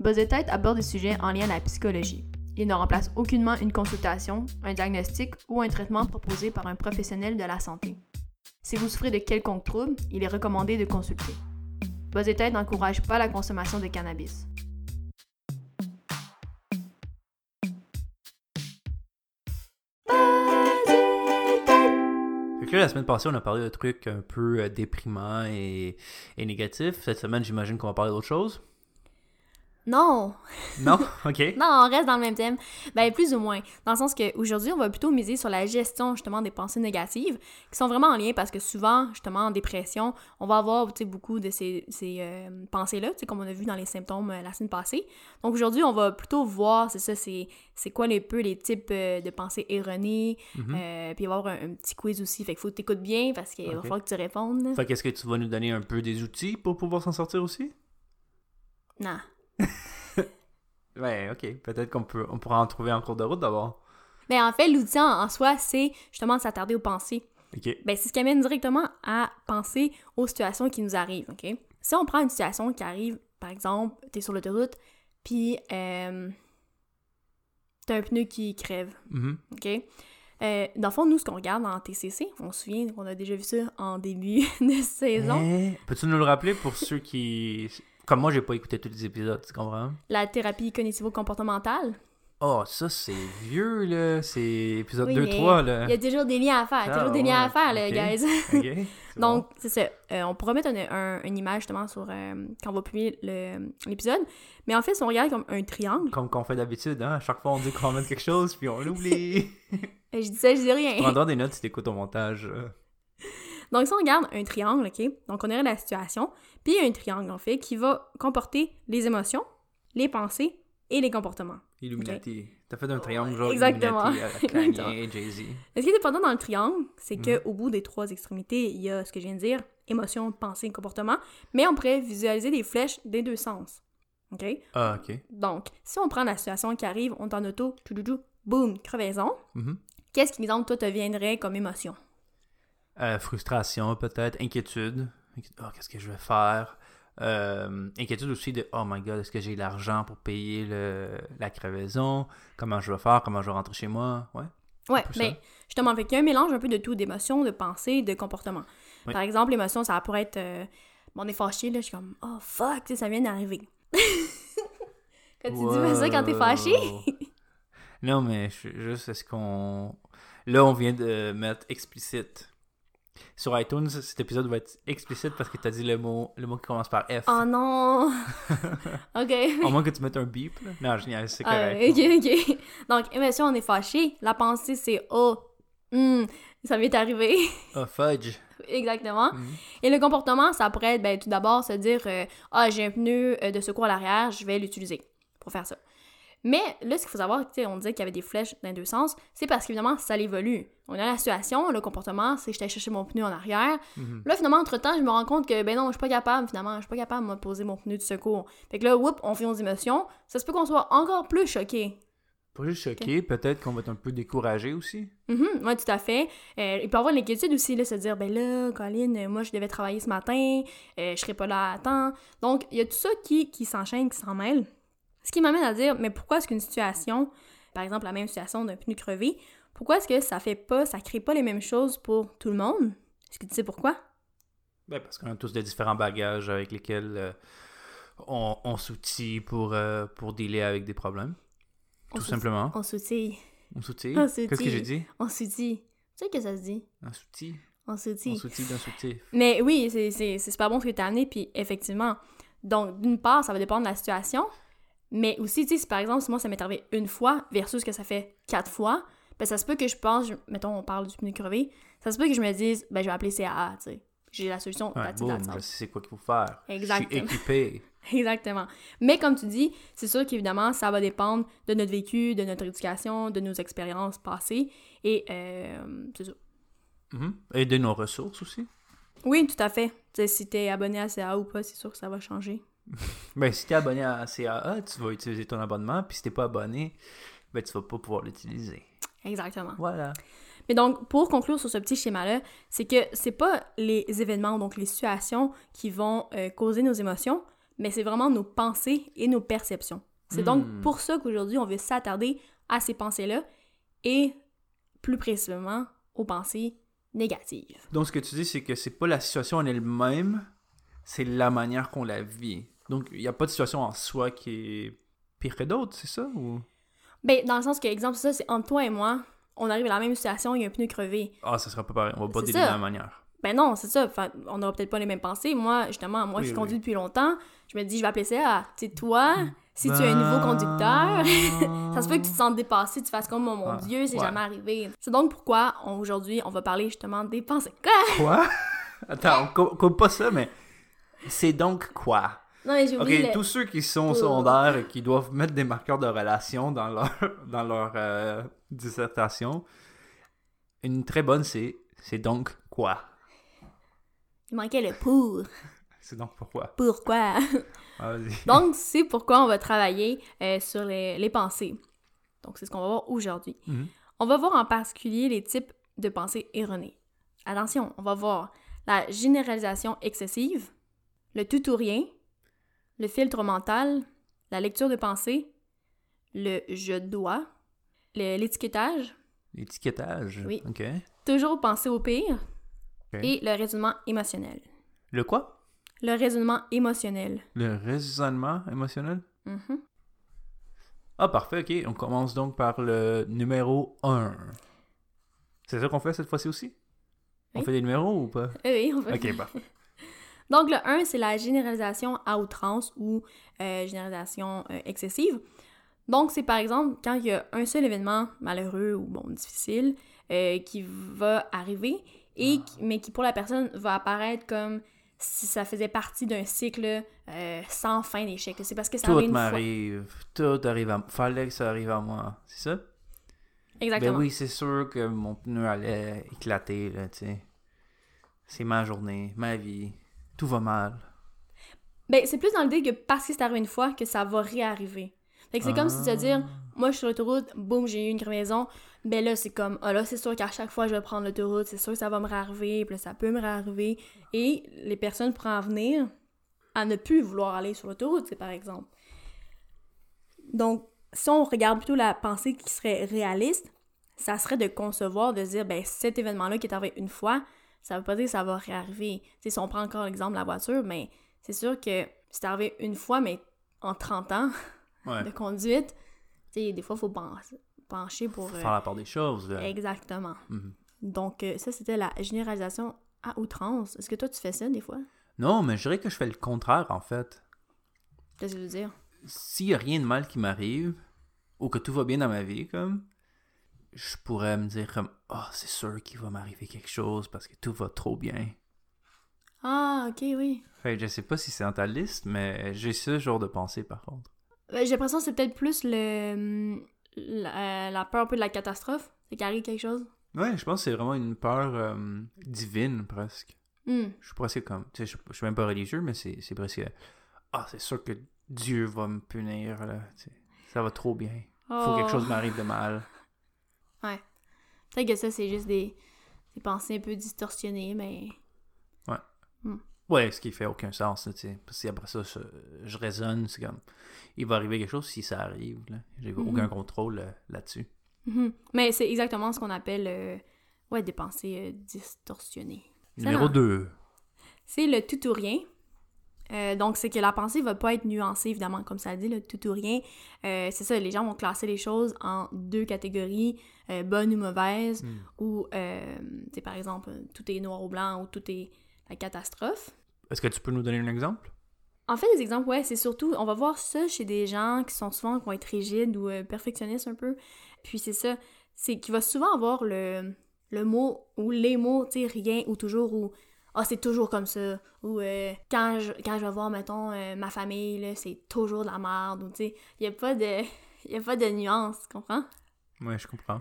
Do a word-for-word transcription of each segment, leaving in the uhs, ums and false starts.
Buzz-et-Tête aborde des sujets en lien à la psychologie. Il ne remplace aucunement une consultation, un diagnostic ou un traitement proposé par un professionnel de la santé. Si vous souffrez de quelconque trouble, il est recommandé de consulter. Buzz-et-Tête n'encourage pas la consommation de cannabis. Fait que là, la semaine passée, on a parlé de trucs un peu euh, déprimants et, et négatifs. Cette semaine, j'imagine qu'on va parler d'autre chose. Non! Non? OK. Non, on reste dans le même thème. Ben, plus ou moins. Dans le sens qu'aujourd'hui, on va plutôt miser sur la gestion, justement, des pensées négatives, qui sont vraiment en lien parce que souvent, justement, en dépression, on va avoir, tu sais, beaucoup de ces, ces euh, pensées-là, tu sais, comme on a vu dans les symptômes euh, la semaine passée. Donc, aujourd'hui, on va plutôt voir, c'est ça, c'est, c'est quoi les peu les types euh, de pensées erronées, mm-hmm. euh, puis il va y avoir un, un petit quiz aussi. Fait qu'il faut que tu écoutes bien parce qu'il okay. va falloir que tu répondes. Là. Fait qu'est-ce que tu vas nous donner un peu des outils pour pouvoir s'en sortir aussi? Non. Ouais, ok. Peut-être qu'on peut, on pourra en trouver en cours de route d'abord. Ben, en fait, l'outil en, en soi, c'est justement de s'attarder aux pensées. Ok. Ben, c'est ce qui amène directement à penser aux situations qui nous arrivent, ok? Si on prend une situation qui arrive, par exemple, t'es sur l'autoroute, puis euh, t'as un pneu qui crève, mm-hmm. ok? Euh, dans le fond, nous, ce qu'on regarde en T C C, on se souvient qu'on a déjà vu ça en début de saison. Eh, peux-tu nous le rappeler pour ceux qui... Comme moi, j'ai pas écouté tous les épisodes, tu comprends? La thérapie cognitivo-comportementale. Oh, ça, c'est vieux, là. C'est épisode oui, deux trois, là. Il y a toujours des liens à faire. Ah, toujours des ouais, liens à faire, là, okay. guys. OK. C'est Donc, bon. c'est ça. Euh, on pourra mettre un, un, une image, justement, sur euh, quand on va publier le, l'épisode. Mais en fait, si on regarde comme un triangle... Comme qu'on fait d'habitude, hein? À chaque fois, on dit qu'on va mettre quelque chose, puis on l'oublie. Je dis ça, je dis rien. Tu prendras des notes si t'écoutes au montage. Donc, si on regarde un triangle, OK? Donc, on aurait la situation, puis il y a un triangle, en fait, qui va comporter les émotions, les pensées et les comportements. Illuminati. Okay? T'as fait un triangle genre Exactement. Illuminati à Kanye et Jay-Z. Ce qui est important dans le triangle, c'est mm. qu'au bout des trois extrémités, il y a ce que je viens de dire, émotions, pensées et comportements, mais on pourrait visualiser des flèches des deux sens. OK? Ah, OK. Donc, si on prend la situation qui arrive, on est en auto, tout, tout, tout, boum, crevaison, mm-hmm. qu'est-ce qui, exemple, toi, te viendrait comme émotion? Euh, frustration, peut-être. Inquiétude. Oh, qu'est-ce que je vais faire? Euh, inquiétude aussi de « Oh my God, est-ce que j'ai l'argent pour payer le, la crevaison? Comment je vais faire? Comment je vais rentrer chez moi? » Ouais. Ouais, mais justement, fait qu'il y a un mélange un peu de tout, d'émotions, de pensées, de comportements. Oui. Par exemple, l'émotion, ça pourrait être... Euh, bon, on est fâché, là, je suis comme « Oh fuck, tu sais, ça vient d'arriver. » Quand tu wow. dis ça quand t'es fâché? Non, mais je, juste, est-ce qu'on... Là, on vient de mettre explicite. Sur iTunes, cet épisode va être explicite parce que t'as dit le mot, le mot qui commence par F. Oh non! OK. Au moins que tu mettes un beep, là. Non, génial, c'est correct. Euh, OK, OK. Donc, émotion, on est fâché. La pensée, c'est « Oh, mm, ça m'est arrivé. » Oh, fudge. Exactement. Mm-hmm. Et le comportement, ça pourrait être, ben, tout d'abord, se dire euh, « Ah, j'ai un pneu de secours à l'arrière, je vais l'utiliser pour faire ça. » Mais là, ce qu'il faut savoir, tu sais, on disait qu'il y avait des flèches dans les deux sens, c'est parce qu'évidemment, ça évolue. On a la situation, le comportement, c'est que j'étais chercher mon pneu en arrière. Mm-hmm. Là, finalement, entre-temps, je me rends compte que, ben non, je suis pas capable, finalement, je suis pas capable de me poser mon pneu de secours. Fait que là, whoop, on fait nos émotions. Ça se peut qu'on soit encore plus choqué. Pas juste choqué, okay. Peut-être qu'on va être un peu découragé aussi. Mm-hmm, oui, tout à fait. Euh, il peut y avoir l'inquiétude aussi, là, se dire, ben là, Colin, moi, je devais travailler ce matin, euh, je serai pas là à temps. Donc, il y a tout ça qui, qui s'enchaîne, qui s'en mêle. Ce qui m'amène à dire, mais pourquoi est-ce qu'une situation, par exemple la même situation d'un pneu crevé, pourquoi est-ce que ça fait pas, ça crée pas les mêmes choses pour tout le monde? Est-ce que tu sais pourquoi? Ben parce qu'on a tous des différents bagages avec lesquels euh, on, on s'outille pour, euh, pour dealer avec des problèmes. On tout simplement. On s'outille. On s'outille? On s'outille. Qu'est-ce que j'ai dit? On s'outille. Tu sais que ça se dit? On s'outille. On s'outille. On s'outille d'un soutif. Mais oui, c'est, c'est, c'est super bon ce que tu as amené, puis effectivement. Donc, d'une part, ça va dépendre de la situation. Mais aussi, tu sais, si par exemple, si moi, ça m'est arrivé une fois versus que ça fait quatre fois, ben ça se peut que je pense, je, mettons, on parle du pneu crevé, ça se peut que je me dise, ben je vais appeler C A A, tu sais. J'ai la solution. Ouais, boum, je sais c'est quoi qu'il faut faire. Exactement. Je suis équipé. Exactement. Mais comme tu dis, c'est sûr qu'évidemment, ça va dépendre de notre vécu, de notre éducation, de nos expériences passées, et euh, c'est ça. Mm-hmm. Et de nos ressources aussi. Oui, tout à fait. Tu sais, si t'es abonné à C A A ou pas, c'est sûr que ça va changer. Ben, si t'es abonné à C A A, tu vas utiliser ton abonnement, puis si t'es pas abonné, ben, tu vas pas pouvoir l'utiliser. Exactement. Voilà. Mais donc, pour conclure sur ce petit schéma-là, c'est que c'est pas les événements, donc les situations qui vont euh, causer nos émotions, mais c'est vraiment nos pensées et nos perceptions. C'est Hmm. donc pour ça qu'aujourd'hui, on veut s'attarder à ces pensées-là et plus précisément aux pensées négatives. Donc, ce que tu dis, c'est que c'est pas la situation en elle-même, c'est la manière qu'on la vit. Donc, il n'y a pas de situation en soi qui est pire que d'autres, c'est ça? Ou... Ben, dans le sens que, exemple, ça, c'est entre toi et moi, on arrive à la même situation, il y a un pneu crevé. Ah, ça sera pas pareil, on va pas C'est dealer de ça. la même manière. Ben non, c'est ça. Enfin, on n'aura peut-être pas les mêmes pensées. Moi, justement, moi Oui, qui oui. conduis depuis longtemps, je me dis, je vais appeler ça à, tu sais, toi, si tu es un nouveau conducteur, ça se peut que tu te sentes dépassé, tu fasses comme, oh, mon Ah, Dieu, c'est ouais. jamais arrivé. C'est donc pourquoi, on- aujourd'hui, on va parler justement des pensées. Quoi? Quoi? Attends, on cou- coupe pas ça, mais c'est donc quoi? Non, mais j'ai Ok, oublié le... tous ceux qui sont au Pour- secondaire et qui doivent mettre des marqueurs de relation dans leur, dans leur euh, dissertation, une très bonne, c'est c'est donc quoi? Il manquait le pour. C'est donc pourquoi? Pourquoi? Ah, vas-y. Donc, c'est pourquoi on va travailler euh, sur les, les pensées. Donc, c'est ce qu'on va voir aujourd'hui. Mhm. On va voir en particulier les types de pensées erronées. Attention, on va voir la généralisation excessive, le tout ou rien, le filtre mental, la lecture de pensée, le je dois, le- l'étiquetage, L'étiquetage? Oui. Ok. toujours penser au pire, Ok. et le raisonnement émotionnel. Le quoi? Le raisonnement émotionnel. Le raisonnement émotionnel? Mhm. Ah, parfait, ok. On commence donc par le numéro un. C'est ça qu'on fait cette fois-ci aussi? On Oui. fait des numéros ou pas? Oui, on va Ok, parfait. Donc, le un, c'est la généralisation à outrance ou euh, généralisation euh, excessive. Donc, c'est par exemple quand il y a un seul événement malheureux ou bon difficile euh, qui va arriver, et qui- mais qui pour la personne va apparaître comme si ça faisait partie d'un cycle euh, sans fin d'échecs. C'est parce que ça Tout arrive une fois. m'arrive. Tout arrive à... Fallait que ça arrive à moi. C'est ça? Exactement. Ben oui, c'est sûr que mon pneu allait éclater, là, tu sais. C'est ma journée, ma vie. Tout va mal. Ben, c'est plus dans l'idée que parce que c'est arrivé une fois, que ça va réarriver. Fait que c'est comme si tu te dire, moi je suis sur l'autoroute, boum, j'ai eu une crevaison, ben là c'est comme, ah là c'est sûr qu'à chaque fois je vais prendre l'autoroute, c'est sûr que ça va me réarriver, puis là ça peut me réarriver, et les personnes pourraient en venir à ne plus vouloir aller sur l'autoroute, c'est par exemple. Donc, si on regarde plutôt la pensée qui serait réaliste, ça serait de concevoir, de se dire, ben cet événement-là qui est arrivé une fois, ça veut pas dire que ça va réarriver. Tu sais, si on prend encore l'exemple de la voiture, ben c'est sûr que c'est arrivé une fois, mais en trente ans Ouais. de conduite, tu sais, des fois, il faut penser, pencher pour... Faut euh, faire la part des choses, là. Exactement. Mhm. Donc, euh, ça, c'était la généralisation à outrance. Est-ce que toi, tu fais ça, des fois? Non, mais je dirais que je fais le contraire, en fait. Qu'est-ce que tu veux dire? S'il y a rien de mal qui m'arrive, ou que tout va bien dans ma vie, comme, je pourrais me dire comme, ah, c'est sûr qu'il va m'arriver quelque chose parce que tout va trop bien. Ah, ok, oui. Fait que je sais pas si c'est dans ta liste, mais j'ai ce genre de pensée, par contre. Euh, J'ai l'impression que c'est peut-être plus le hum, la, euh, la peur un peu de la catastrophe. C'est qu'il arrive quelque chose. Ouais, je pense que c'est vraiment une peur euh, divine, presque. Hmm. Je suis presque comme, tu sais, je, je suis même pas religieux, mais c'est, c'est presque, ah, c'est sûr que Dieu va me punir, là, tu sais. Ça va trop bien. Faut Oh. que quelque chose m'arrive de mal. Ouais. Peut-être que ça, c'est juste des, des pensées un peu distorsionnées, mais... Ouais, ce qui fait aucun sens, là, tu sais. Parce que après ça, je, je raisonne, c'est comme, il va arriver quelque chose si ça arrive, là. J'ai Mhm. aucun contrôle euh, là-dessus. Mhm. Mais c'est exactement ce qu'on appelle euh, ouais, des pensées euh, distorsionnées. Numéro Excellent. deux. C'est le tout ou rien. Euh, donc, c'est que la pensée va pas être nuancée, évidemment, comme ça dit, le tout ou rien. Euh, c'est ça, les gens vont classer les choses en deux catégories, euh, bonnes ou mauvaises, Mm. ou, euh, tu sais, par exemple, tout est noir ou blanc, ou tout est la catastrophe. Est-ce que tu peux nous donner un exemple? En fait, les exemples, ouais, c'est surtout, on va voir ça chez des gens qui sont souvent, qui vont être rigides ou euh, perfectionnistes un peu. Puis c'est ça, c'est qu'il va souvent avoir le, le mot ou les mots, tu sais, rien ou toujours, ou ah, c'est toujours comme ça, ou euh, quand, je, quand je vais voir, mettons, euh, ma famille, là, c'est toujours de la merde, ou tu sais, il n'y a pas de, il y a pas de nuance, tu comprends? Ouais, je comprends.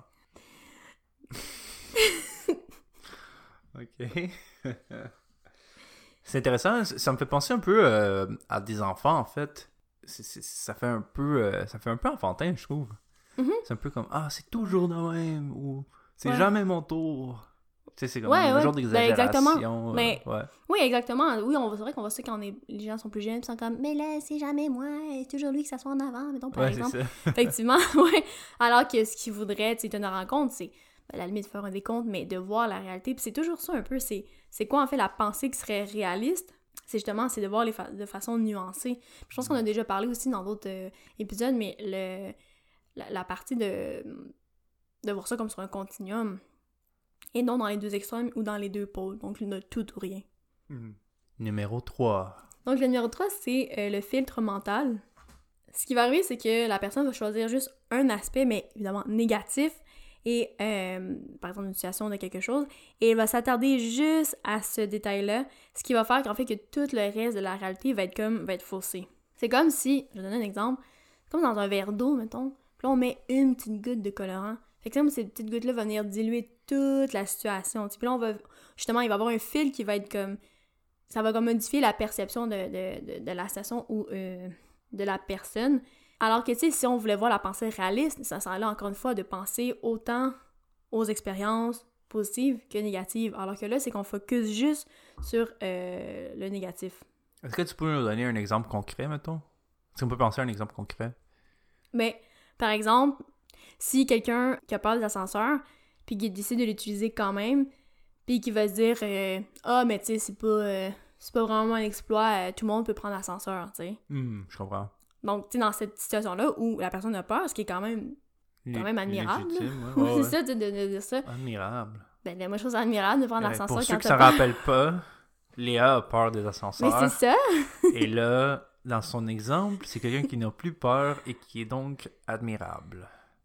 Ok. C'est intéressant, ça me fait penser un peu euh, à des enfants, en fait. C'est, c'est- ça fait un peu euh, ça fait un peu enfantin, je trouve. Mhm. C'est un peu comme, ah, c'est toujours de même, ou c'est Ouais. jamais mon tour. Tu Tu sais, c'est comme Ouais, un ouais. genre Ben, d'exagération. exactement. euh, Mais- ouais. Oui, exactement. Oui, on, c'est vrai qu'on voit ça quand on est, les gens sont plus jeunes, ils sont comme, mais là, c'est jamais moi, c'est toujours lui qui s'assoit en avant, mettons, par Ouais, c'est exemple. ça. Effectivement, ouais. Alors que ce qu'il voudrait, tu sais, tenir en compte, c'est, ben, à la limite, faire un décompte, mais de voir la réalité. Puis c'est toujours ça un peu, c'est, c'est quoi, en fait, la pensée qui serait réaliste? C'est justement, c'est de voir les fa- de façon nuancée. Puis je pense qu'on a déjà parlé aussi dans d'autres euh, épisodes, mais le, la, la partie de, de voir ça comme sur un continuum, et non dans les deux extrêmes ou dans les deux pôles, donc le tout ou rien. Mm. Numéro trois. Donc le numéro trois, c'est euh, le filtre mental. Ce qui va arriver, c'est que la personne va choisir juste un aspect, mais évidemment négatif, et euh, par exemple une situation de quelque chose, et elle va s'attarder juste à ce détail-là, ce qui va faire qu'en fait que tout le reste de la réalité va être comme, va être faussé. C'est comme si, je vais donner un exemple, comme dans un verre d'eau, mettons, puis là on met une petite goutte de colorant. Fait que comme cette petite goutte-là va venir diluer toute la situation. Puis là, on va, justement, il va y avoir un fil qui va être comme, ça va comme modifier la perception de, de, de, de la situation ou euh, de la personne. Alors que, tu sais, si on voulait voir la pensée réaliste, ça serait là, encore une fois, de penser autant aux expériences positives que négatives. Alors que là, c'est qu'on focus juste sur euh, le négatif. Est-ce que tu peux nous donner un exemple concret, mettons? Est-ce qu'on peut penser à un exemple concret? Mais, par exemple, si quelqu'un qui a peur des ascenseurs, puis qui décide de l'utiliser quand même, puis qui va se dire euh, ah, mais tu sais, c'est pas, euh, c'est pas vraiment un exploit, euh, tout le monde peut prendre l'ascenseur, tu sais. Hmm, je comprends. Donc, tu sais, dans cette situation-là où la personne a peur, ce qui est quand même, quand même admirable. Légitime, là. ouais, ouais, c'est ouais. ça, de, de, de dire ça. Admirable. Ben, là, moi, je trouve ça admirable de prendre Euh, l'ascenseur pour quand ceux qui t'as ne se peur. rappellent pas, Léa a peur des Mais ascenseurs. c'est ça! Et là, dans son exemple, c'est quelqu'un qui n'a plus peur et qui est donc admirable.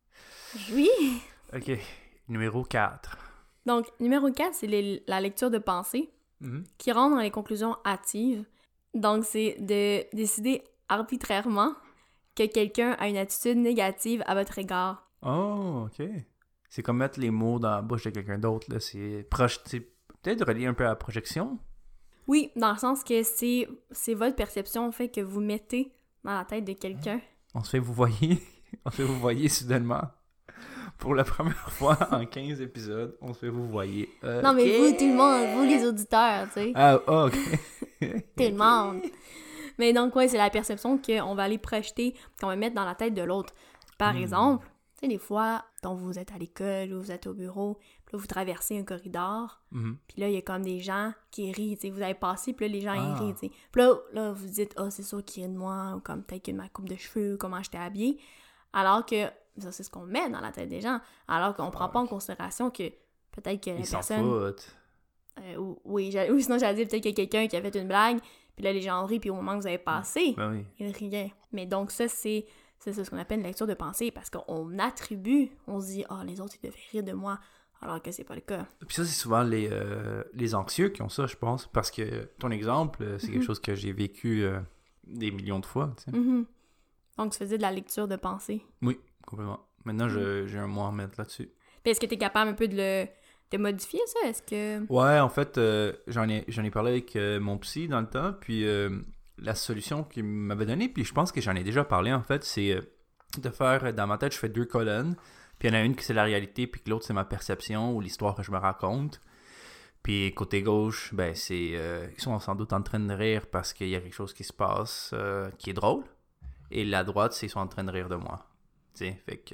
Oui! Ok, numéro quatre. Donc, numéro quatre, c'est les- la lecture de pensée Mhm. qui rentre dans les conclusions hâtives. Donc, c'est de décider arbitrairement que quelqu'un a une attitude négative à votre égard. Oh, ok. C'est comme mettre les mots dans la bouche de quelqu'un d'autre, là. C'est proche, c'est peut-être relié un peu à la projection. Oui, dans le sens que c'est, c'est votre perception, en fait, que vous mettez dans la tête de quelqu'un. On se fait vous voyez. On se fait vous voyez soudainement. Pour la première fois en quinze épisodes, on se fait vous voyez. Euh, Non, mais ok. vous, tout le monde, vous les auditeurs, tu sais. Ah, oh, ok. Tout le monde. Mais donc, ouais, c'est la perception qu'on va aller projeter, qu'on va mettre dans la tête de l'autre. Par Hmm. exemple, tu sais, des fois, donc vous êtes à l'école ou vous êtes au bureau, puis là, vous traversez un corridor, Mhm. puis là, il y a comme des gens qui rient, tu sais, vous avez passé, puis là, les gens, Ah. ils rient, tu sais. Puis là, là, vous dites, ah, oh, c'est sûr qu'ils rient de moi, ou comme peut-être que ma coupe de cheveux, comment j'étais habillée. Alors que, ça, c'est ce qu'on met dans la tête des gens, alors qu'on prend pas en considération que peut-être que la Ils s'en personne... foutent. Euh, ou, oui, j'a- ou sinon j'allais dire peut-être qu'il y a quelqu'un qui a fait une blague, puis là les gens rient, puis au moment que vous avez passé, Ben oui. ils riaient. Mais donc ça, c'est c'est ça, ce qu'on appelle une lecture de pensée, parce qu'on attribue, on se dit « Ah, oh, les autres, ils devaient rire de moi », alors que c'est pas le cas. Puis ça, c'est souvent les, euh, les anxieux qui ont ça, je pense. Parce que ton exemple, euh, c'est quelque Mhm. chose que j'ai vécu euh, des millions de fois, tu sais. Mhm. Donc tu faisais de la lecture de pensée. Oui, complètement. Maintenant, je- j'ai un mot à mettre là-dessus. Puis est-ce que tu es capable un peu de le de modifier ça? Est-ce que... Ouais, en fait, euh, j'en ai, j'en ai parlé avec euh, mon psy dans le temps, puis euh, la solution qu'il m'avait donnée, puis je pense que j'en ai déjà parlé, en fait, c'est euh, de faire, dans ma tête, je fais deux colonnes, puis il y en a une qui c'est la réalité, puis que l'autre, c'est ma perception ou l'histoire que je me raconte. Puis côté gauche, ben c'est euh, ils sont sans doute en train de rire parce qu'il y a quelque chose qui se passe euh, qui est drôle. Et la droite, c'est ils sont en train de rire de moi. Tu sais, fait que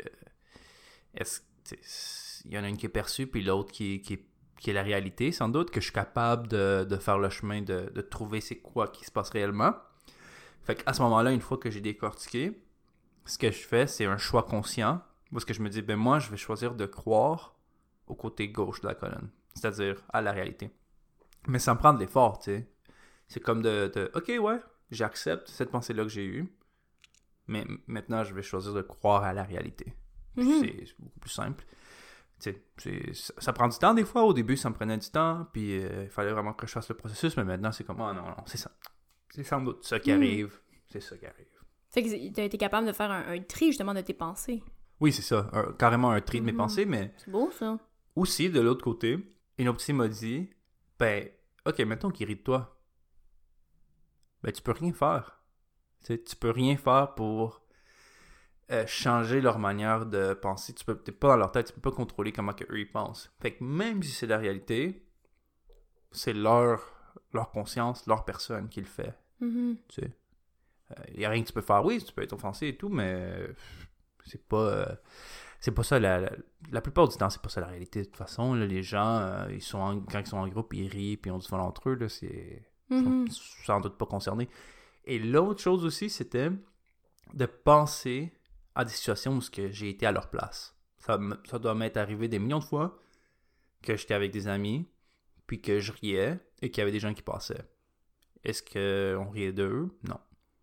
est-ce il y en a une qui est perçue puis l'autre qui, qui, qui est la réalité. Sans doute que je suis capable de, de faire le chemin de, de trouver c'est quoi qui se passe réellement. Fait qu'à ce moment-là, une fois que j'ai décortiqué, ce que je fais, c'est un choix conscient. Parce que je me dis, ben moi, je vais choisir de croire au côté gauche de la colonne. C'est-à-dire à la réalité. Mais ça me prend de l'effort, tu sais. C'est comme de, de OK, ouais, j'accepte cette pensée-là que j'ai eue. Mais maintenant, je vais choisir de croire à la réalité. Mhm. C'est, c'est beaucoup plus simple. Tu sais, c'est, ça, ça prend du temps des fois. Au début, ça me prenait du temps. Puis euh, il fallait vraiment que je fasse le processus. Mais maintenant, c'est comme, oh non, non, c'est ça. C'est sans doute ça qui Mhm. arrive. C'est ça qui arrive. Fait que tu as été capable de faire un, un tri, justement, de tes pensées. Oui, c'est ça. Un- carrément un tri de mes Mhm. pensées. Mais C'est beau, ça. aussi, de l'autre côté, une autre psy m'a dit, ben, OK, mettons qu'il rit de toi. Ben, tu peux rien faire. Tu sais, tu peux rien faire pour euh, changer leur manière de penser. Tu peux, t'es pas dans leur tête, tu peux pas contrôler comment que eux ils pensent. Fait que même si c'est la réalité, c'est leur, leur conscience, leur personne qui le fait. Mm-hmm. Tu sais. Il euh, n'y a rien que tu peux faire. Oui, tu peux être offensé et tout, mais c'est pas... Euh, c'est pas ça, la, la, la plupart du temps, c'est pas ça la réalité. De toute façon, là, les gens, euh, ils sont en, quand ils sont en groupe, ils rient, puis on se fun entre eux, là, c'est... Mm-hmm. Ils sont sans doute pas concernés. Et l'autre chose aussi, c'était de penser à des situations où j'ai été à leur place. Ça, ça doit m'être arrivé des millions de fois que j'étais avec des amis, puis que je riais, et qu'il y avait des gens qui passaient. Est-ce qu'on riait d'eux? Non.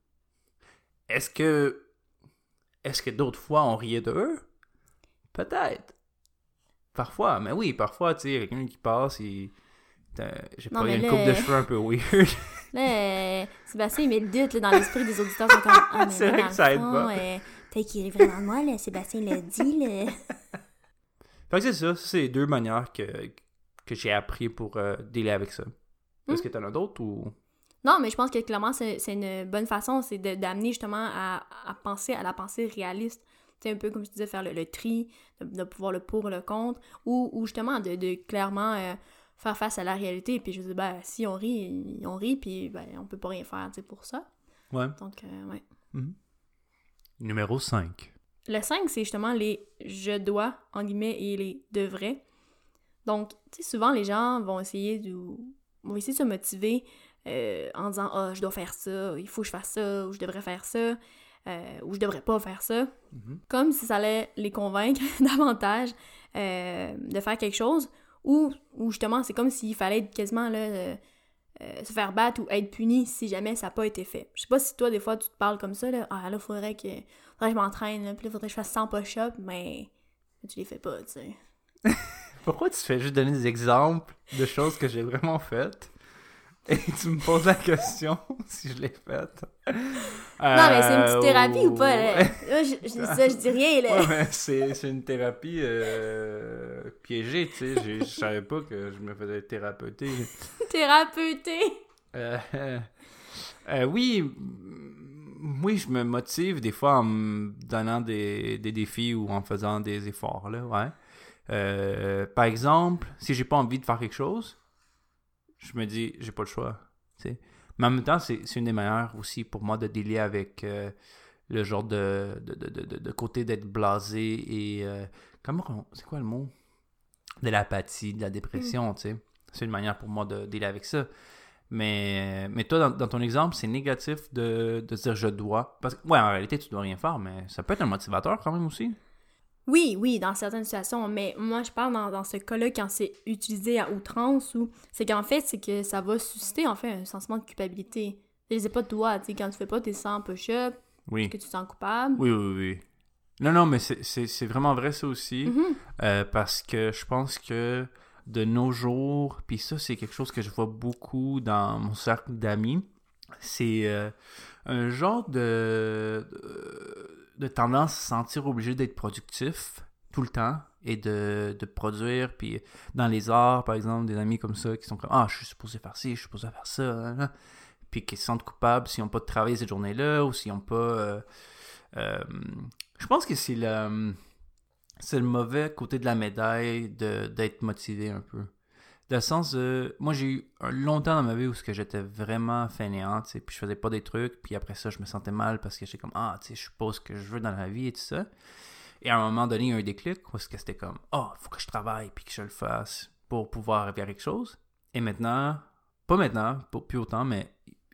Est-ce que... Est-ce que d'autres fois, on riait d'eux? Peut-être. Parfois, mais oui, parfois, tu sais, il y a quelqu'un qui passe et... J'ai Non, pas mais une là, coupe de cheveux un peu weird. Là, euh, Sébastien, il met le doute là, dans l'esprit des auditeurs. Sont comme, ah, mais C'est là, vrai dans que ça le aide fond, pas. euh, peut-être qu'il rit vraiment de moi, là, Sébastien l'a dit, là. Fait que c'est ça, c'est les deux manières que, que j'ai appris pour euh, dealer avec ça. Est-ce Hmm. que t'en as d'autres ou... Non, mais je pense que clairement, c'est, c'est une bonne façon, c'est de, d'amener justement à, à penser à la pensée réaliste. Tu sais, un peu comme je disais, faire le, le tri, de, de pouvoir le pour, le contre, ou, ou justement de, de clairement euh, faire face à la réalité. Puis je dis, ben, si on rit, on rit, puis ben, on peut pas rien faire, tu sais, pour ça. Ouais. Donc, euh, ouais. Mm-hmm. Numéro cinq. Le cinq, c'est justement les « je dois » en guillemets et les « devrais ». Donc, tu sais, souvent, les gens vont essayer de, vont essayer de se motiver euh, en disant « Ah, je dois faire ça, il faut que je fasse ça, ou je devrais faire ça, euh, ou je devrais pas faire ça. Mm-hmm. » Comme si ça allait les convaincre davantage euh, de faire quelque chose, ou, ou justement, c'est comme s'il fallait être quasiment là, euh, euh, se faire battre ou être puni si jamais ça n'a pas été fait. Je sais pas si toi, des fois, tu te parles comme ça, là, « Ah, là, faudrait que, faudrait que je m'entraîne, là, puis là, faudrait que je fasse cent push-ups, mais tu les fais pas, tu sais. » Pourquoi tu fais juste donner des exemples de choses que j'ai vraiment faites et tu me poses la question si je l'ai faite? Euh, non, mais c'est une petite thérapie ou pas? Là? Là, je, je dis ça, je dis rien, là. Ouais, mais c'est, c'est une thérapie euh, piégée, tu sais. Je savais pas que je me faisais thérapeuter. Thérapeuter! Euh, euh, oui, oui, je me motive des fois en me donnant des, des défis ou en faisant des efforts, là, ouais. Euh, par exemple, si j'ai pas envie de faire quelque chose, je me dis, j'ai pas le choix, tu sais. Mais en même temps, c'est, c'est une des manières aussi pour moi de dealer avec euh, le genre de, de, de, de, de côté d'être blasé et... Euh, comment on, c'est quoi le mot? De l'apathie, de la dépression, mm. tu sais. C'est une manière pour moi de dealer avec ça. Mais, mais toi, dans, dans ton exemple, c'est négatif de, de dire « je dois ». Parce que, ouais, en réalité, tu dois rien faire, mais ça peut être un motivateur quand même aussi. Oui, oui, dans certaines situations, mais moi, je parle dans, dans ce cas-là quand c'est utilisé à outrance, ou c'est qu'en fait, c'est que ça va susciter, en fait, un sentiment de culpabilité. Je sais pas, toi, tu sais, quand tu fais pas tes cent push-ups, oui. est-ce que tu te sens coupable? Oui, oui, oui. Non, non, mais c'est, c'est, c'est vraiment vrai, ça aussi, Mm-hmm. euh, parce que je pense que de nos jours, puis ça, c'est quelque chose que je vois beaucoup dans mon cercle d'amis, c'est euh, un genre de... de de tendance à se sentir obligé d'être productif tout le temps et de, de produire. Puis dans les arts, par exemple, des amis comme ça qui sont comme « Ah, je suis supposé faire ci, je suis supposé faire ça. Hein. » Puis qui se sentent coupables s'ils n'ont pas de travail cette journée-là ou s'ils n'ont pas... Euh, euh, je pense que c'est le, c'est le mauvais côté de la médaille de, d'être motivé un peu. Dans le sens de... Moi, j'ai eu un longtemps dans ma vie où j'étais vraiment fainéant, tu sais, puis je faisais pas des trucs, puis après ça, je me sentais mal parce que j'étais comme, ah, tu sais, je suis pas ce que je veux dans la vie et tout ça. Et à un moment donné, il y a eu un déclic où c'était comme, ah, il faut que je travaille puis que je le fasse pour pouvoir arriver à quelque chose. Et maintenant, pas maintenant, pas plus autant, mais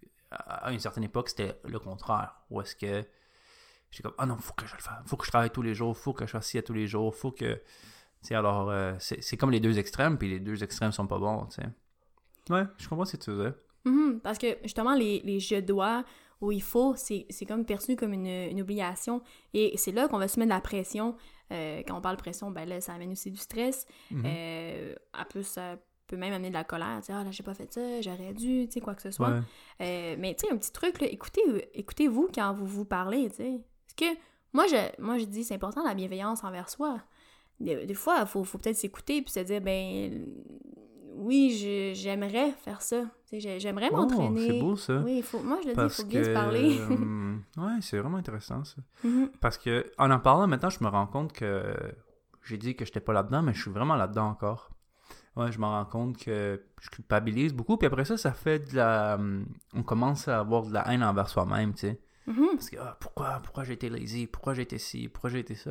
à une certaine époque, c'était le contraire. Où est-ce que j'étais comme, ah non, il faut que je le fasse, il faut que je travaille tous les jours, il faut que je fasse ci à tous les jours, il faut que... T'sais, alors, euh, c'est, c'est comme les deux extrêmes, puis les deux extrêmes sont pas bons, tu sais. Ouais, je comprends ce que tu faisais. Mm-hmm, parce que, justement, les, les « je dois » ou « il faut », c'est, c'est comme perçu comme une, une obligation. Et c'est là qu'on va se mettre de la pression. Euh, quand on parle de pression, ben là, ça amène aussi du stress. Mm-hmm. Euh, à plus, ça peut même amener de la colère. Tu sais, ah là, j'ai pas fait ça, j'aurais dû, tu sais, quoi que ce soit. Ouais. Euh, mais, tu sais, un petit truc, là, écoutez, écoutez-vous quand vous vous parlez, tu sais. Parce que, moi, je, moi, je dis, c'est important la bienveillance envers soi. Des, des fois, il faut, faut peut-être s'écouter puis se dire, ben, oui, je- j'aimerais faire ça. Tu sais, j'ai- j'aimerais Oh, m'entraîner. c'est beau ça. Oui, il faut, moi je le dis, il Parce faut bien que, se parler. euh, ouais, c'est vraiment intéressant ça. Mhm. Parce que, en en parlant maintenant, je me rends compte que j'ai dit que j'étais pas là-dedans, mais je suis vraiment là-dedans encore. Ouais, je me rends compte que je culpabilise beaucoup, puis après ça, ça fait de la... hum, On commence à avoir de la haine envers soi-même, tu sais. Mhm. Parce que, ah, pourquoi, pourquoi j'ai été lazy, pourquoi j'ai été ci, pourquoi j'ai été ça.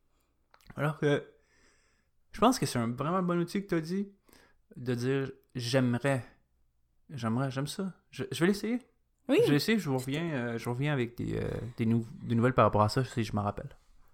Alors que, je pense que c'est un vraiment bon outil que tu as dit, de dire, j'aimerais, j'aimerais, j'aime ça. Je, je vais l'essayer. Oui. Je vais l'essayer, je vous reviens, euh, je reviens avec des, euh, des, nou- des nouvelles par rapport à ça, si je me rappelle.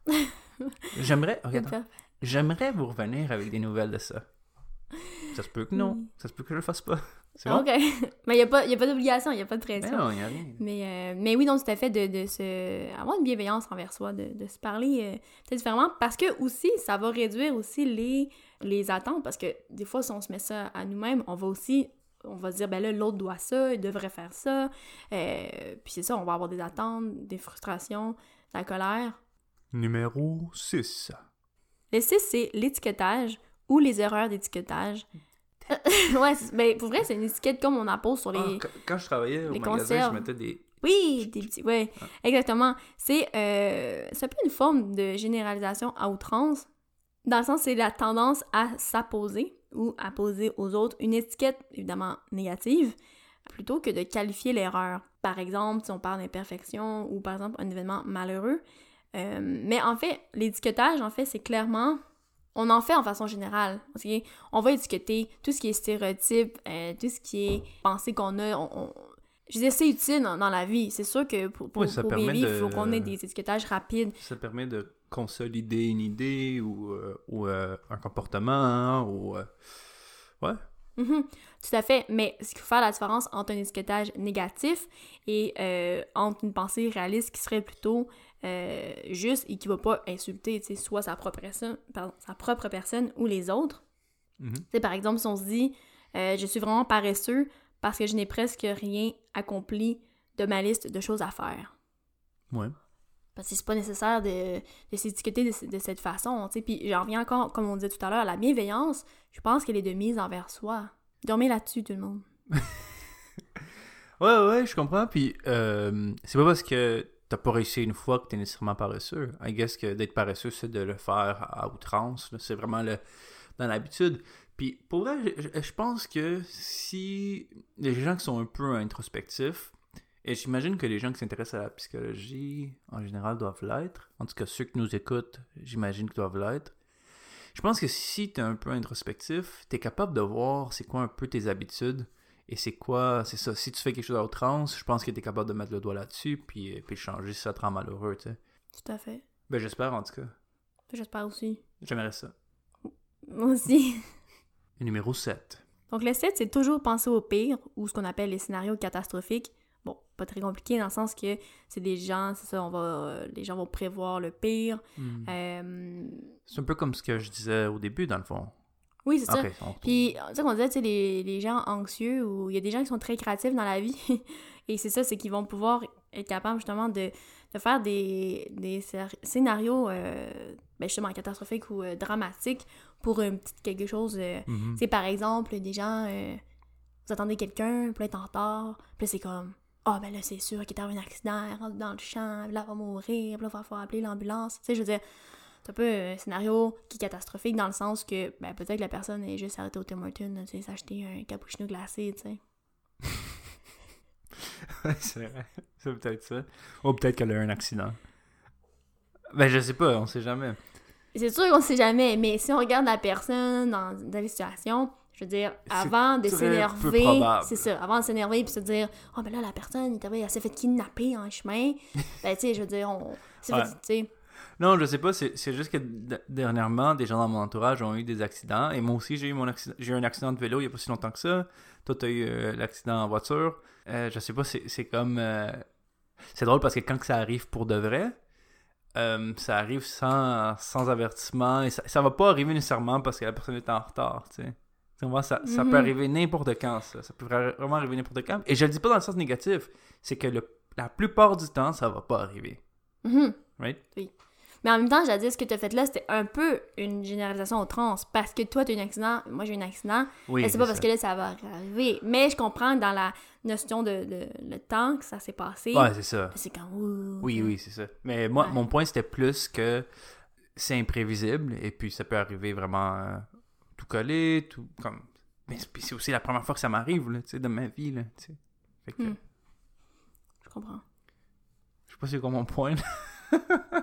J'aimerais, ok, attends. J'aimerais vous revenir avec des nouvelles de ça. Ça se peut que non, Mm. ça se peut que je le fasse pas. C'est bon? OK. Mais il n'y a pas, y a pas d'obligation, il n'y a pas de Mais pression. non, il n'y a rien. Mais, euh, mais oui, donc tout à fait de, de se avoir une bienveillance envers soi, de, de se parler euh, peut-être différemment, parce que aussi, ça va réduire aussi les, les attentes, parce que des fois, si on se met ça à nous-mêmes, on va aussi, on va se dire, ben là, l'autre doit ça, il devrait faire ça, euh, puis c'est ça, on va avoir des attentes, des frustrations, de la colère. Numéro six. Le six, c'est l'étiquetage ou les erreurs d'étiquetage. ouais, c'est- ben pour vrai, c'est une étiquette comme on en pose sur les... Ah, quand, quand je travaillais au les magasin, conserves. je mettais des... Oui, des petits, ouais, Ah. exactement. C'est euh, c'est un peu une forme de généralisation à outrance, dans le sens c'est la tendance à s'apposer ou à poser aux autres une étiquette, évidemment, négative, plutôt que de qualifier l'erreur. Par exemple, si on parle d'imperfection ou par exemple un événement malheureux. Euh, mais en fait, l'étiquetage, en fait, c'est clairement... On en fait en façon générale. Okay? On va étiqueter tout ce qui est stéréotype, euh, tout ce qui est pensée qu'on a. On, on... Je veux dire, c'est utile dans, dans la vie. C'est sûr que pour, pour, Oui, ça pour bien permet vivre, de- il faut qu'on ait des étiquetages rapides. Ça permet de consolider une idée ou, euh, ou euh, un comportement, hein, ou... euh, Ouais. Mhm, tout à fait. Mais ce qu'il faut faire la différence entre un étiquetage négatif et euh, entre une pensée réaliste qui serait plutôt euh, juste et qui va pas insulter, tu sais, soit sa propre personne, pardon, sa propre personne ou les autres. Mhm. Tu sais, par exemple, si on se dit euh, je suis vraiment paresseux parce que je n'ai presque rien accompli de ma liste de choses à faire. Ouais. Parce que c'est pas nécessaire de, de s'étiqueter de, de cette façon, tu sais. Puis j'en reviens encore, comme on disait tout à l'heure, la bienveillance, je pense qu'elle est de mise envers soi. Dormez là-dessus, tout le monde. Ouais, ouais, je comprends. Puis, euh, c'est pas parce que t'as pas réussi une fois que t'es nécessairement paresseux. I guess que d'être paresseux, c'est de le faire à outrance. Là. C'est vraiment le, dans l'habitude. Puis, pour vrai, je, je pense que si les gens qui sont un peu introspectifs, et j'imagine que les gens qui s'intéressent à la psychologie, en général, doivent l'être. En tout cas, ceux qui nous écoutent, j'imagine qu'ils doivent l'être. Je pense que si t'es un peu introspectif, t'es capable de voir c'est quoi un peu tes habitudes. Et c'est quoi, c'est ça, si tu fais quelque chose à outrance, je pense que t'es capable de mettre le doigt là-dessus, puis, puis le changer si ça te rend malheureux, tu sais. Tout à fait. Ben j'espère en tout cas. J'espère aussi. J'aimerais ça. Moi aussi. Et numéro sept. Donc le sept, c'est toujours penser au pire, ou ce qu'on appelle les scénarios catastrophiques. Bon, pas très compliqué dans le sens que c'est des gens, c'est ça, on va, euh, les gens vont prévoir le pire. Hmm. Euh, C'est un peu comme ce que je disais au début, dans le fond. Oui, c'est ça. Ok, on- Puis, tu sais qu'on disait, tu sais, les, les gens anxieux, ou il y a des gens qui sont très créatifs dans la vie, et c'est ça, c'est qu'ils vont pouvoir être capables justement de, de faire des, des scé- scénarios, euh, ben justement, catastrophiques ou euh, dramatiques pour un petit quelque chose. Euh, Mhm. Tu sais, par exemple, des gens, euh, vous attendez quelqu'un, puis là, il est en retard, puis là, c'est comme, ah, ben là, c'est sûr qu'il est arrivé un accident, il rentre dans le champ, puis là, il va mourir, puis là, il va falloir appeler l'ambulance. Tu sais, je veux dire, c'est un peu un scénario qui est catastrophique dans le sens que, ben, peut-être que la personne est juste arrêtée au Tim Hortons, tu sais, s'acheter un cappuccino glacé, tu sais. Ouais, c'est vrai. C'est peut-être ça. Ou peut-être qu'elle a eu un accident. Ben je sais pas, on sait jamais. C'est sûr qu'on sait jamais, mais si on regarde la personne dans, dans les situations, je veux dire, C'est avant de très s'énerver, peu probable. c'est ça, avant de s'énerver puis se dire, oh, ben là, la personne, il elle s'est fait kidnapper en chemin, ben, tu sais, je veux dire, on. C'est Ouais. fait, tu sais. Non, je sais pas, c'est, c'est juste que d- dernièrement, des gens dans mon entourage ont eu des accidents. Et moi aussi, j'ai eu mon accident. J'ai eu un accident de vélo il y a pas si longtemps que ça. Toi, t'as eu euh, l'accident en voiture. Euh, je sais pas, c'est, c'est comme. euh, C'est drôle parce que quand que ça arrive pour de vrai, euh, ça arrive sans, sans avertissement. Et ça, ça va pas arriver nécessairement parce que la personne est en retard, tu sais. Tu vois, ça, ça Mhm. peut arriver n'importe quand, ça. Ça peut vra- vraiment arriver n'importe quand. Et je le dis pas dans le sens négatif. C'est que le, la plupart du temps, ça va pas arriver. Mhm. Right? Mais en même temps, jadis, ce que tu as fait là, c'était un peu une généralisation au trans. Parce que toi, tu as eu un accident, moi j'ai eu un accident. Oui, Et c'est c'est pas ça. parce que là, ça va arriver. Mais je comprends que dans la notion de, de le temps que ça s'est passé, Ouais, c'est ça. c'est quand... ouh, Oui, ok. oui, c'est ça. Mais moi, Ouais. mon point, c'était plus que c'est imprévisible et puis ça peut arriver vraiment euh, tout collé, tout comme... Mais c'est- puis c'est aussi la première fois que ça m'arrive, là, tu sais, de ma vie, là, tu sais. Fait que, Hmm. Je comprends. je sais pas c'est quoi mon point, là.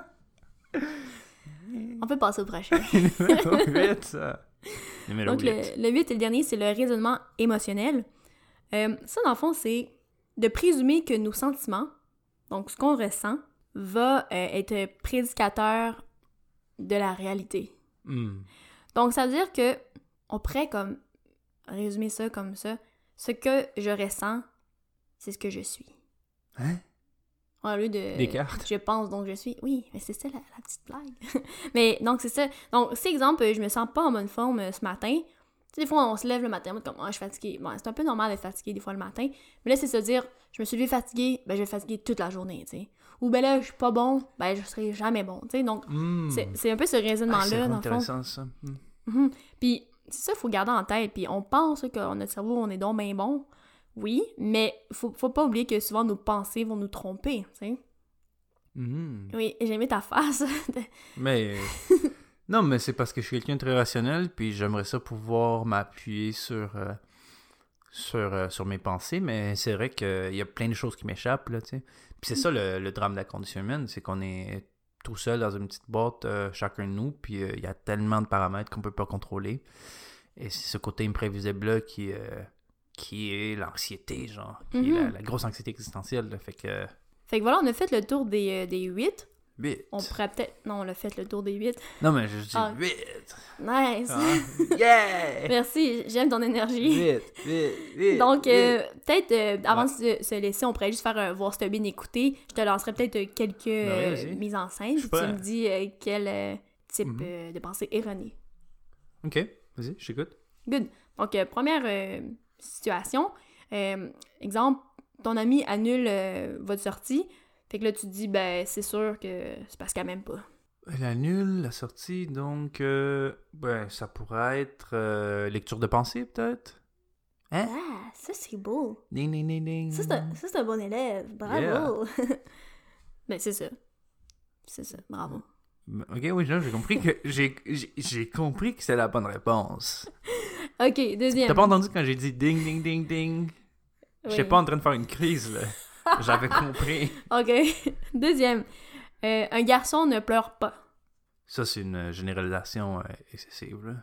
On peut passer au prochain. Numéro huit, ça. Numéro Donc, huit. le, le huit et le dernier, c'est le raisonnement émotionnel. Euh, ça, dans le fond, c'est de présumer que nos sentiments, donc ce qu'on ressent, va euh, être prédicateur de la réalité. Hmm. Donc, ça veut dire que on pourrait comme résumer ça comme ça. Ce que je ressens, c'est ce que je suis. Hein? Au lieu de... Descartes. Je pense, donc je suis. Oui, mais c'est ça la, la petite blague. Mais donc, c'est ça. Donc, si, exemple, je me sens pas en bonne forme euh, ce matin, tu sais, des fois, on se lève le matin, on est comme, ah, je suis fatiguée. Bon, c'est un peu normal d'être fatigué des fois le matin. Mais là, c'est se dire, je me suis levé fatiguée, ben, je vais être fatiguée toute la journée, tu sais. Ou ben là, je suis pas bon, ben, je serai jamais bon, tu sais. Donc, Hmm. c'est, c'est un peu ce Ah, raisonnement-là, c'est vraiment dans le fond. intéressant, ça. Hmm. Mhm. Puis, c'est ça, il faut garder en tête. Puis, on pense là, que notre cerveau, on est donc bien bon. Oui, mais faut, faut pas oublier que souvent, nos pensées vont nous tromper, tu sais. Mhm. Oui, j'ai aimé ta face. Mais... non, mais c'est parce que je suis quelqu'un de très rationnel, puis j'aimerais ça pouvoir m'appuyer sur, euh, sur, euh, sur mes pensées, mais c'est vrai qu'il y a plein de choses qui m'échappent, là, tu sais. Puis c'est ça le, le drame de la condition humaine, c'est qu'on est tout seul dans une petite boîte, euh, chacun de nous, puis euh, il y a tellement de paramètres qu'on peut pas contrôler. Et c'est ce côté imprévisible-là qui, euh, qui est l'anxiété, genre, qui est la, Mhm. la grosse anxiété existentielle, là. Fait que... Fait que voilà, on a fait le tour des, euh, des huit. huit. On pourrait peut-être... Non, on a fait le tour des huit. Non, mais je dis Ah. huit. Nice! Ah, yeah! Merci, j'aime ton énergie. Vite, vite, vite. Donc, euh, vite. peut-être, euh, avant Ouais. de se laisser, on pourrait juste faire un voir si t'as bien écouté. Je te lancerai peut-être euh, quelques Ben oui, euh, vas-y. mises en scène. Je suis Puis tu prêt. me dis euh, quel euh, type Mhm. euh, de pensée erronée. Ok, vas-y, je t'écoute. Good. Donc, euh, première euh, situation. Euh, exemple, ton ami annule euh, votre sortie. Fait que là, tu te dis, ben, c'est sûr que c'est parce qu'elle m'aime pas. Elle annule la sortie, donc, euh, ben, ça pourrait être euh, lecture de pensée, peut-être? Hein? Ah, ça, c'est beau. Ding, ding, ding, ding. Ça, c'est un, ça, c'est un bon élève. Bravo. Ben, c'est ça. C'est ça. Bravo. Ok, oui, là, j'ai compris que j'ai, j'ai, j'ai compris que c'est la bonne réponse. OK, deuxième. T'as pas entendu quand j'ai dit ding, ding, ding, ding? J'étais Oui. pas en train de faire une crise, là. J'avais compris. OK. Deuxième. Euh, un garçon ne pleure pas. Ça, c'est une généralisation euh, excessive, là.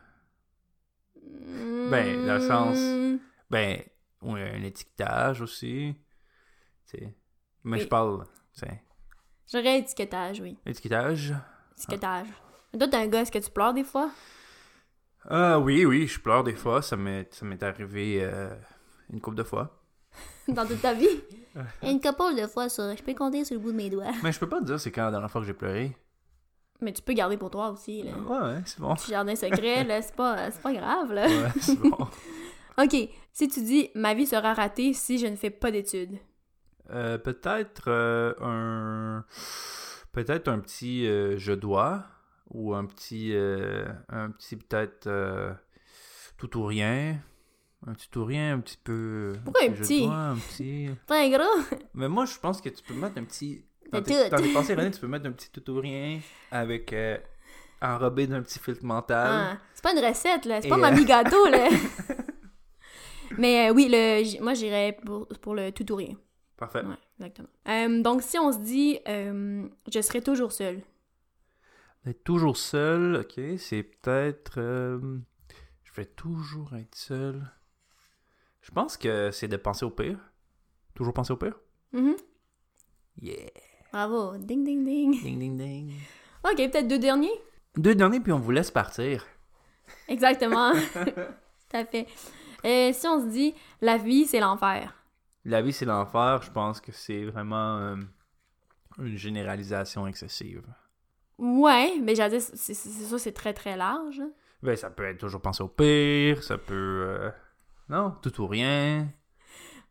Ben, dans le sens- Hmm. Ben, oui, un étiquetage aussi. Tu sais. Mais Oui. je parle, tu sais, J'aurais étiquetage, oui. étiquetage. Étiquetage. Toi, t'es un gars, est-ce que tu pleures des fois? Ah oui, oui, je pleure des fois. Ça m'est, ça m'est arrivé euh, une couple de fois. Dans toute ta vie? Une couple de fois, ça. Je peux compter sur le bout de mes doigts. Mais je peux pas te dire c'est quand la dernière fois que j'ai pleuré. Mais tu peux garder pour toi aussi, là. Ouais, ouais, c'est bon. Petit jardin secret, là, c'est pas, c'est pas grave, là. Ouais, c'est bon. OK. Si tu dis « Ma vie sera ratée si je ne fais pas d'études Euh, peut-être euh, un... Peut-être un petit euh, je dois. Ou un petit... euh, un petit peut-être... euh, tout ou rien. Un petit tout ou rien, un petit peu... Pourquoi un je petit? dois, un petit... ». T'es un gros? Mais moi, je pense que tu peux mettre un petit... Dans De tes, tout. dans tes pensées erronées, tu peux mettre un petit tout ou rien avec... euh, enrobé d'un petit filtre mental. Ah, c'est pas une recette, là. C'est Et, pas euh, mamie gâteau, là. Mais euh, oui, le, j- moi, j'irais pour, pour le tout ou rien. Parfait. Ouais, exactement. Euh, donc, si on se dit euh, je serai toujours seule. D'être toujours seul, ok, c'est peut-être... euh, je vais toujours être seul. Je pense que c'est de penser au pire. Toujours penser au pire. Mhm. Yeah. Bravo. Ding, ding, ding. Ding, ding, ding. OK, peut-être deux derniers? Deux derniers, puis on vous laisse partir. Exactement. Tout à fait. Euh, si on se dit la vie, c'est l'enfer. La vie, c'est l'enfer. Je pense que c'est vraiment euh, une généralisation excessive. Ouais, mais j'allais dire, c'est c'est- c'est ça, c'est très très large. hein. Ben, ça peut être toujours penser au pire. Ça peut... euh, Non, tout ou rien.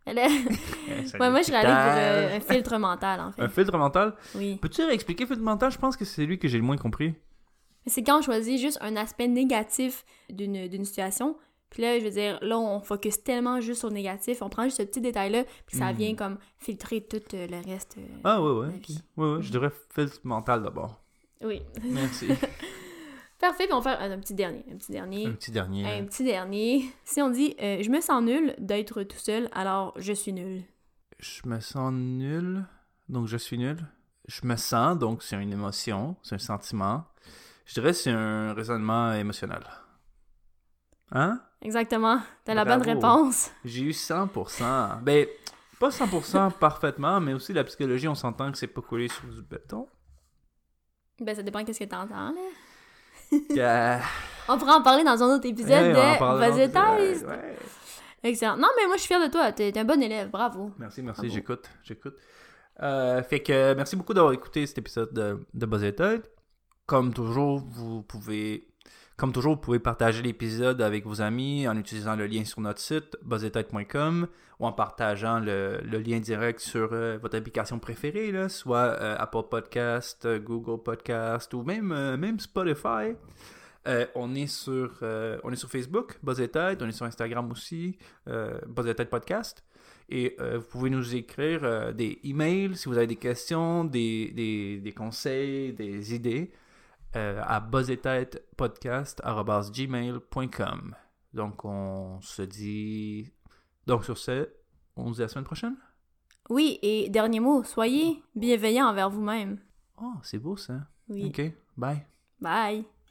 Elle a- ouais, moi, je serais allée pour euh, un filtre mental, en fait. Un filtre mental? Oui. Peux-tu réexpliquer filtre mental? Je pense que c'est lui que j'ai le moins compris. C'est quand on choisit juste un aspect négatif d'une, d'une situation. Puis là, je veux dire, là, on focus tellement juste sur le négatif. On prend juste ce petit détail-là, puis ça Mm. vient comme filtrer tout euh, le reste euh, Ah, ouais, de ouais. la vie. Ouais, ouais, je dirais filtre mental d'abord. Oui. Merci. Parfait, puis on va faire un, un petit dernier. Un petit dernier. Un petit dernier. Un petit dernier. Si on dit euh, je me sens nul d'être tout seul, alors je suis nul. Je me sens nul, donc je suis nul. Je me sens, donc c'est une émotion, c'est un sentiment. Je dirais que c'est un raisonnement émotionnel. Hein? Exactement. T'as la Bravo. bonne réponse. J'ai eu cent pour cent. Ben, pas cent pour cent parfaitement, mais aussi la psychologie, on s'entend que c'est pas collé sur du béton. Ben, ça dépend qu'est-ce que t'entends, là. Yeah. On pourra en parler dans un autre épisode Ouais, on en de parlera Vas-y, dans- Thaïs. ouais. Excellent. Non, mais moi, je suis fière de toi. T'es, t'es un bon élève. Bravo. Merci, merci, Bravo. j'écoute, j'écoute. Euh, fait que merci beaucoup d'avoir écouté cet épisode de, de Buzz et Tête. Comme toujours, vous pouvez, comme toujours, vous pouvez partager l'épisode avec vos amis en utilisant le lien sur notre site buzz et tête point com ou en partageant le, le lien direct sur euh, votre application préférée, là, soit euh, Apple Podcast, euh, Google Podcast ou même, euh, même Spotify. Euh, on est sur euh, on est sur Facebook, Buzz et Tête, on est sur Instagram aussi, euh, Buzz et Tête Podcast. Et euh, vous pouvez nous écrire euh, des emails si vous avez des questions, des, des, des conseils, des idées euh, à buzz et tête podcast arobase gmail point com. Donc on se dit... Donc sur ce, on se dit à la semaine prochaine? Oui, et dernier mot, soyez bienveillants envers vous-même. Oh, c'est beau ça. Oui. Ok, bye. Bye.